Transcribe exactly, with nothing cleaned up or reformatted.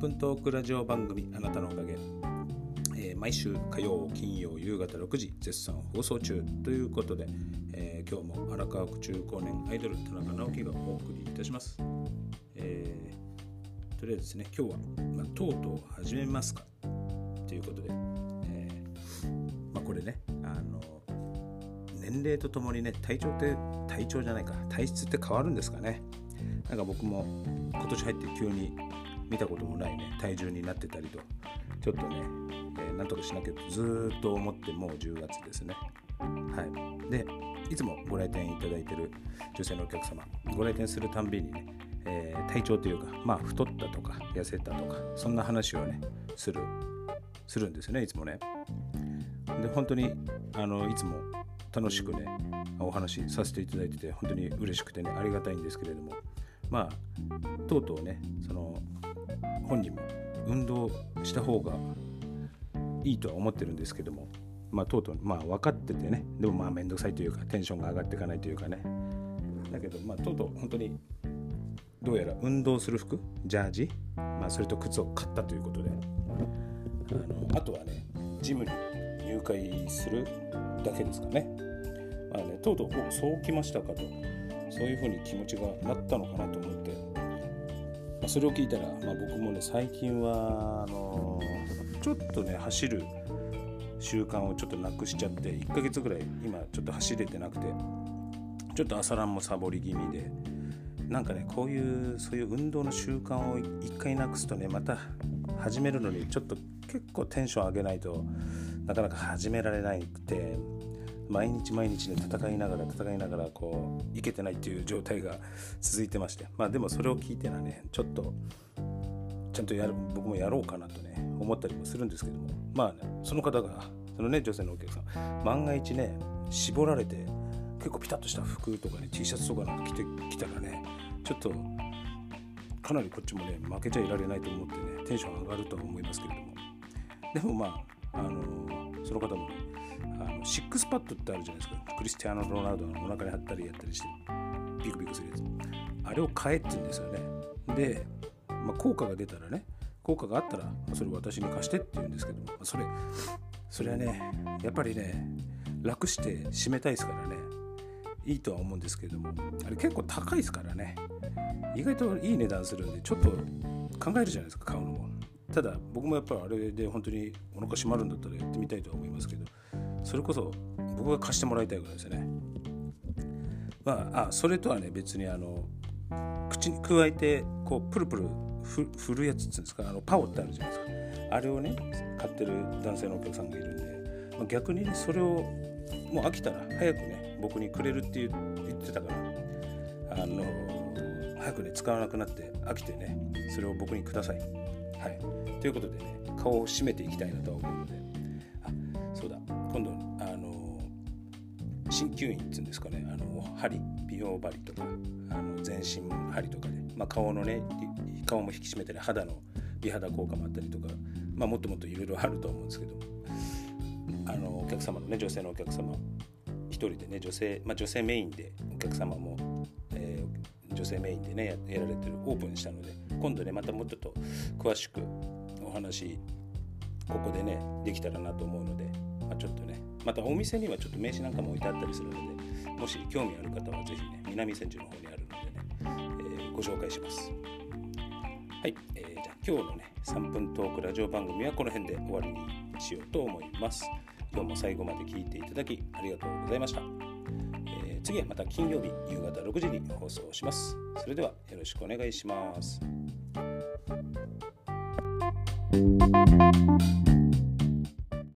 ぷんトークラジオ番組あなたのおかげ、えー、毎週火曜金曜夕方ろくじ絶賛放送中ということで、えー、今日も荒川区中高年アイドル田中直樹がお送りいたします。えー、とりあえずですね、今日は、まあ、とうとう始めますかということで、えーまあ、これねあの年齢とともにね体調って体調じゃないか体質って変わるんですかね。なんか僕も今年入って急に見たこともないね体重になってたりとちょっとね、えー、なんとかしなきゃとずっと思ってもうじゅうがつですね。はい。でいつもご来店いただいている女性のお客様ご来店するたんびにね、えー、体調というかまあ太ったとか痩せたとかそんな話をねするするんですよねいつもね。で本当にあのいつも楽しくねお話しさせていただいてて本当に嬉しくてねありがたいんですけれども、まあとうとうねその本人も運動した方がいいとは思ってるんですけども、まあとうとうまあ分かっててね、でもまあめんどくさいというかテンションが上がっていかないというかね、だけどまあとうとう本当にどうやら運動する服ジャージ、まあそれと靴を買ったということで、あのあとはねジムに入会するだけですかね。まあねとうとうおそうきましたかとそういうふうに気持ちがなったのかなと思って、まあ、それを聞いたら、まあ、僕もね最近はあのー、ちょっとね走る習慣をちょっとなくしちゃっていっかげつぐらい今ちょっと走れてなくてちょっと朝ランもサボり気味で、なんかねこういうそういう運動の習慣を一回なくすとねまた始めるのにちょっと結構テンション上げないとなかなか始められなくて、毎日毎日ね戦いながら戦いながらこういけてないっていう状態が続いてまして、まあでもそれを聞いてなねちょっとちゃんとやる僕もやろうかなとね思ったりもするんですけども、まあねその方がそのね女性のお客さん万が一ね絞られて結構ピタッとした服とかね T シャツとかなんか着てきたらねちょっとかなりこっちもね負けちゃいられないと思ってねテンション上がるとは思いますけれども、でもまああのー、その方もねあのシックスパッドってあるじゃないですか。クリスティアーノ・ロナウドのお腹に貼ったりやったりしてビクビクするやつ、あれを買えって言うんですよね。で、まあ、効果が出たらね効果があったらそれを私に貸してって言うんですけども、それそれはねやっぱりね楽して締めたいですからねいいとは思うんですけども、あれ結構高いですからね意外といい値段するんでちょっと考えるじゃないですか買うのも。ただ僕もやっぱりあれで本当にお腹締まるんだったらやってみたいとは思いますけど、それこそ僕が貸してもらいたいぐらいですよね。まあ、あそれとはね別にあの口に加えてこうプルプルふ振るやつっていうんですか、あのパオってあるじゃないですか。あれをね買ってる男性のお客さんがいるんで、まあ、逆にねそれをもう飽きたら早くね僕にくれるって言ってたから、あの早くね使わなくなって飽きてねそれを僕にください。はい、ということでね顔を締めていきたいなとは思うので、あそうだ今度あの鍼灸院っていうんですかね、あの針美容針とかあの全身針とかで、まあ、顔のね顔も引き締めたり肌の美肌効果もあったりとか、まあ、もっともっといろいろあると思うんですけど、あのお客様のね女性のお客様一人でね女性、まあ、女性メインでお客様も、えー、女性メインでね や, やられてるオープンしたので、今度ねまたもっとと詳しくお話ここでねできたらなと思うので、まあ、ちょっとねまたお店にはちょっと名刺なんかも置いてあったりするので、もし興味ある方はぜひね南千住の方にあるのでね、えー、ご紹介します。はい、えー、じゃあ今日のねさんぷんトークラジオ番組はこの辺で終わりにしようと思います。今日も最後まで聞いていただきありがとうございました。えー、次はまた金曜日夕方ろくじに放送します。それではよろしくお願いします。